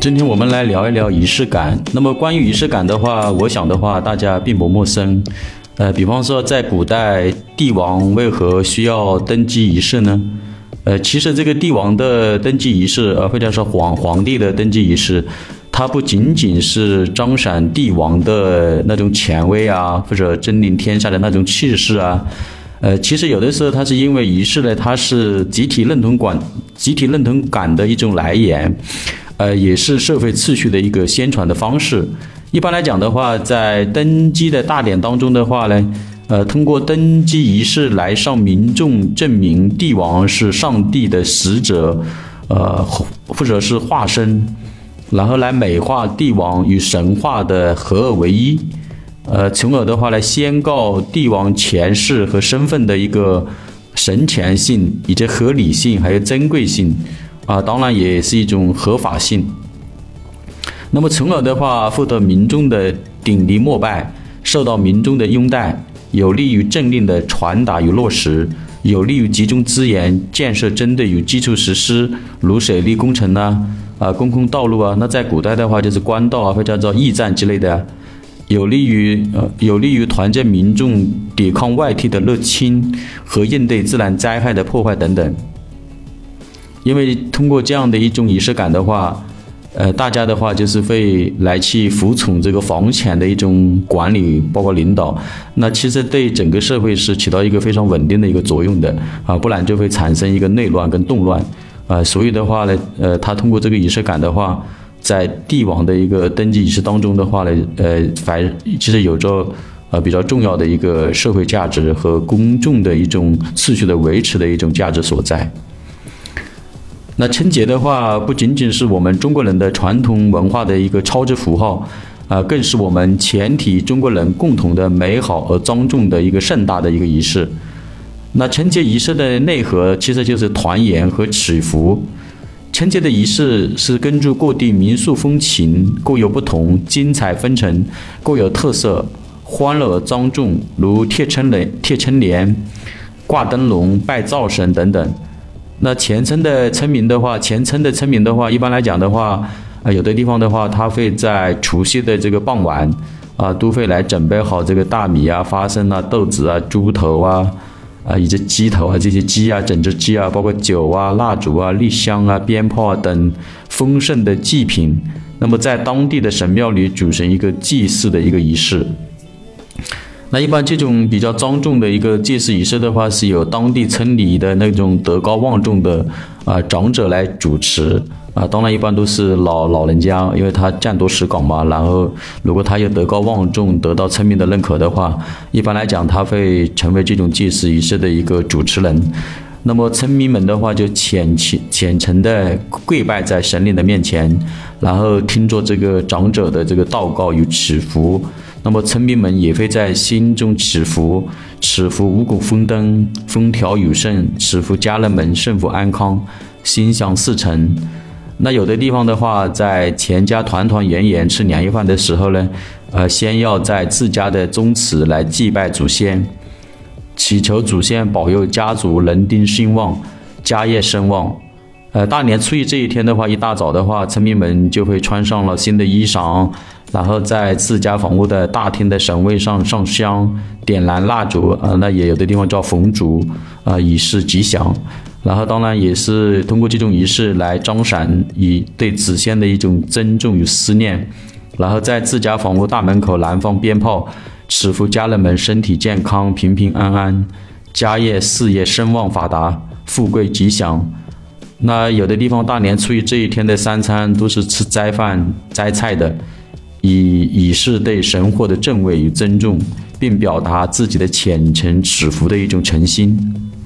今天我们来聊一聊仪式感。那么关于仪式感的话，我想的话，大家并不陌生。比方说在古代，帝王为何需要登基仪式呢？其实这个帝王的登基仪式，或者说皇帝的登基仪式，它不仅仅是彰显帝王的那种权威啊，或者真领天下的那种气势啊。其实有的时候它是因为仪式呢，它是集体认同感的一种来源，也是社会秩序的一个宣传的方式。一般来讲的话，在登基的大典当中的话呢，通过登基仪式来向民众证明帝王是上帝的使者，或者是化身，然后来美化帝王与神话的合二为一，从而的话来宣告帝王权势和身份的一个神权性，以及合理性还有珍贵性，当然也是一种合法性。那么从而的话获得民众的顶礼膜拜，受到民众的拥戴，有利于政令的传达与落实，有利于集中资源建设针对有基础设施，如水利工程公共道路那在古代的话就是官道或者叫做驿站之类的，有利于团结民众抵抗外敌的入侵和应对自然灾害的破坏等等。因为通过这样的一种仪式感的话，大家的话就是会来去服从这个皇权的一种管理，包括领导。那其实对整个社会是起到一个非常稳定的一个作用的不然就会产生一个内乱跟动乱所以的话呢，他通过这个仪式感的话，在帝王的一个登基仪式当中的话呢，其实有着比较重要的一个社会价值和公众的一种秩序的维持的一种价值所在。那春节的话，不仅仅是我们中国人的传统文化的一个超值符号更是我们全体中国人共同的美好而庄重的一个盛大的一个仪式。那春节仪式的内核其实就是团圆和祈福。春节的仪式是根据各地民俗风情各有不同，精彩纷呈，各有特色，欢乐而庄重，如贴春联、挂灯笼、拜灶神等等。那前村的村民的话，一般来讲的话，有的地方的话，他会在除夕的这个傍晚都会来准备好这个大米花生豆子猪头以及鸡头这些鸡整只鸡包括酒蜡烛栗香鞭炮等丰盛的祭品。那么在当地的神庙里举行一个祭祀的一个仪式。那一般这种比较庄重的一个祭祀仪式的话，是由当地村里的那种德高望重的长者来主持当然一般都是老人家，因为他占多识广嘛，然后如果他有德高望重，得到村民的认可的话，一般来讲他会成为这种祭祀仪式的一个主持人。那么村民们的话就虔诚的跪拜在神灵的面前，然后听着这个长者的这个祷告与祈福。那么村民们也会在心中祈福五谷丰登，风调雨顺，祈福家人们幸福安康，心想事成。那有的地方的话，在全家团团圆圆吃年夜饭的时候呢，先要在自家的宗祠来祭拜祖先，祈求祖先保佑家族人丁兴旺，家业兴旺。大年初一这一天的话，一大早的话，村民们就会穿上了新的衣裳，然后在自家房屋的大厅的神位上上香，点燃蜡烛那也有的地方叫焚烛以示吉祥。然后当然也是通过这种仪式来彰显以对祖先的一种尊重与思念。然后在自家房屋大门口燃放鞭炮，祈福家人们身体健康，平平安安，家业事业兴旺发达，富贵吉祥。那有的地方大年初一这一天的三餐都是吃斋饭斋菜的，以示对神货的敬畏与尊重，并表达自己的虔诚祈福的一种诚心。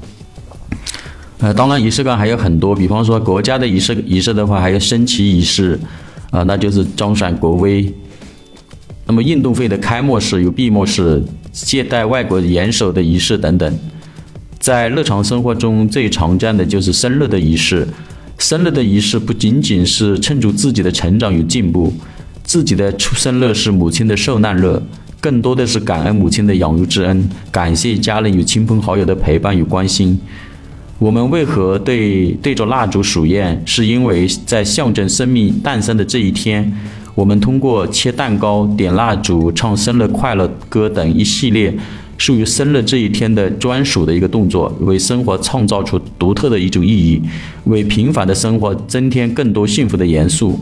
当然仪式感还有很多，比方说国家的仪式的话，还有升旗仪式那就是彰显国威。那么运动会的开幕式有闭幕式，接待外国元首的仪式等等。在日常生活中最常见的就是生日的仪式。生日的仪式不仅仅是庆祝自己的成长与进步，自己的出生日是母亲的受难日，更多的是感恩母亲的养育之恩，感谢家人与亲朋好友的陪伴与关心。 我们为何对着蜡烛数焰？是因为在象征生命诞生的这一天，我们通过切蛋糕、点蜡烛、唱生日快乐歌等一系列属于生日这一天的专属的一个动作，为生活创造出独特的一种意义，为平凡的生活增添更多幸福的元素。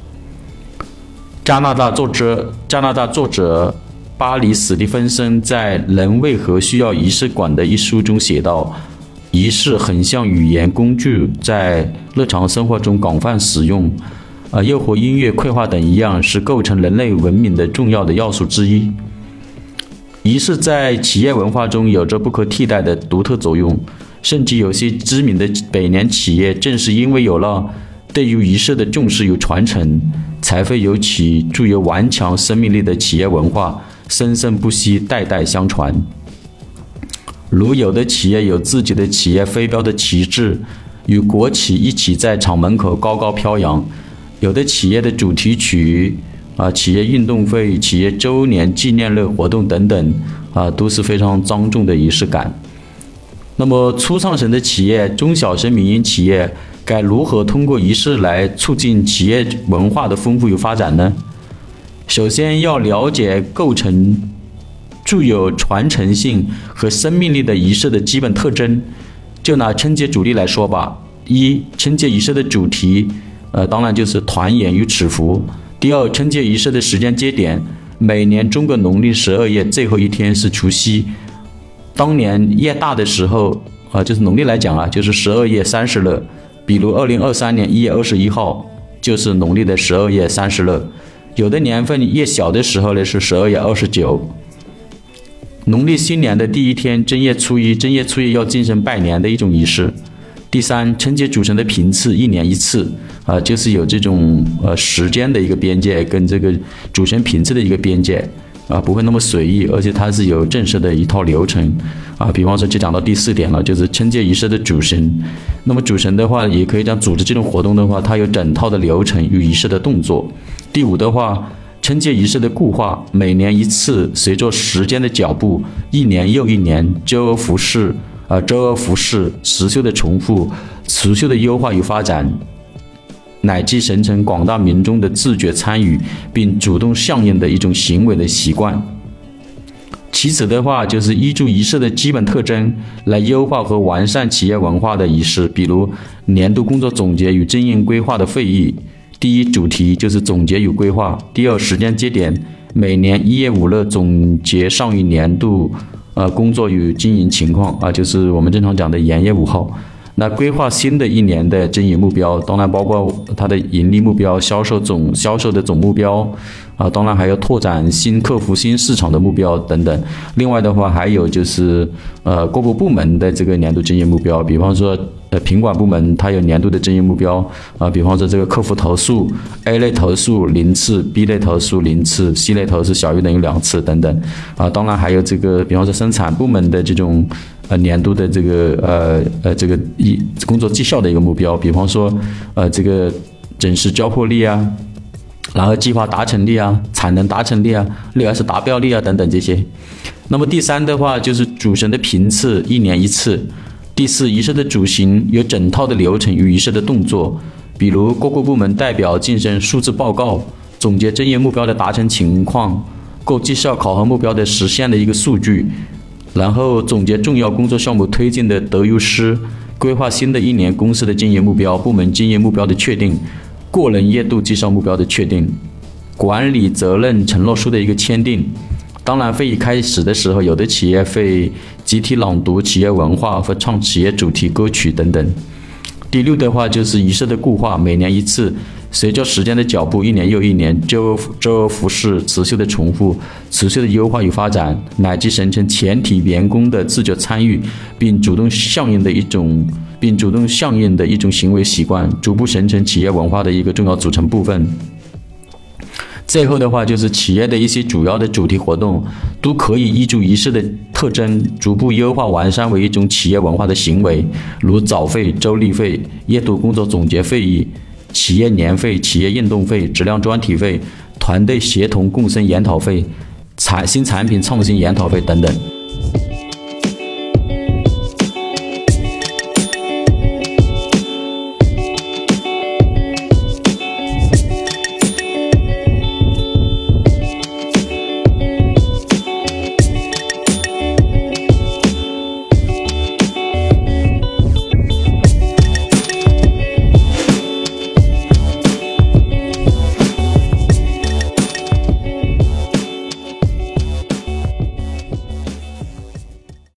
加拿大作者巴里·史蒂芬森在《人为何需要仪式感》的一书中写道，仪式很像语言工具，在日常生活中广泛使用，又和音乐、绘画等一样，是构成人类文明的重要的要素之一。仪式在企业文化中有着不可替代的独特作用，甚至有些知名的百年企业正是因为有了对于仪式的重视与传承，才会有其具有顽强生命力的企业文化，生生不息，代代相传。如有的企业有自己的企业飞镖的旗帜，与国旗一起在厂门口高高飘扬；有的企业的主题曲企业运动会、企业周年纪念日活动等等都是非常庄重的仪式感。那么初上层的企业、中小型民营企业该如何通过仪式来促进企业文化的丰富与发展呢？首先要了解构成具有传承性和生命力的仪式的基本特征。就拿春节主题来说吧，一、春节仪式的主题当然就是团圆与祈福。第二，春节仪式的时间节点，每年中国农历12月最后一天是除夕，当年夜大的时候就是农历来讲就是12月30日，比如2023年1月21号就是农历的12月30日，有的年份越小的时候呢是12月29。农历新年的第一天正月初一要进行拜年的一种仪式。第三，春节组成的频次一年一次就是有这种时间的一个边界跟这个组成频次的一个边界不会那么随意，而且它是有正式的一套流程比方说就讲到第4点了，就是春节仪式的主神。那么主神的话也可以讲组织这种活动的话，它有整套的流程与仪式的动作。第5的话，春节仪式的固化，每年一次，随着时间的脚步，一年又一年，周而复始，持续的重复，持续的优化与发展，乃至形成广大民众的自觉参与并主动响应的一种行为的习惯。其次的话，就是依据仪式的基本特征来优化和完善企业文化的仪式，比如年度工作总结与经营规划的会议。第一，主题就是总结与规划；第二，时间节点，每年1月5日总结上一年度工作与经营情况就是我们经常讲的元月5号。那规划新的一年的经营目标，当然包括它的盈利目标、销售的总目标当然还有拓展新客户、新市场的目标等等。另外的话，还有就是各个部门的这个年度经营目标，比方说品管部门它有年度的经营目标比方说这个客户投诉 A 类投诉0次， B 类投诉0次， C 类投诉小于等于2次等等当然还有这个比方说生产部门的这种年度的这个工作绩效的一个目标，比方说这个整实交货率然后计划达成率产能达成率6S 达标率等等这些。那么第3的话就是主神的频次，一年一次。第4，仪式的主行有整套的流程与仪式的动作，比如各个部门代表进行数字报告，总结正业目标的达成情况，各绩效考核目标的实现的一个数据，然后总结重要工作项目推进的得优失，规划新的一年公司的经营目标、部门经营目标的确定，个人月度绩效目标的确定，管理责任承诺书的一个签订。当然会议开始的时候，有的企业会集体朗读企业文化或唱企业主题歌曲等等。第6的话就是仪式的固化，每年一次，随着时间的脚步，一年又一年，周而复始，持续的重复，持续的优化与发展，乃至形成全体员工的自觉参与并主动响应的一种行为习惯，逐步形成企业文化的一个重要组成部分。最后的话就是企业的一些主要的主题活动都可以依据仪式的特征逐步优化完善为一种企业文化的行为，如早会、周例会、月度工作总结会议、企业年会、企业运动会、质量专题会、团队协同共生研讨会、新产品创新研讨会等等。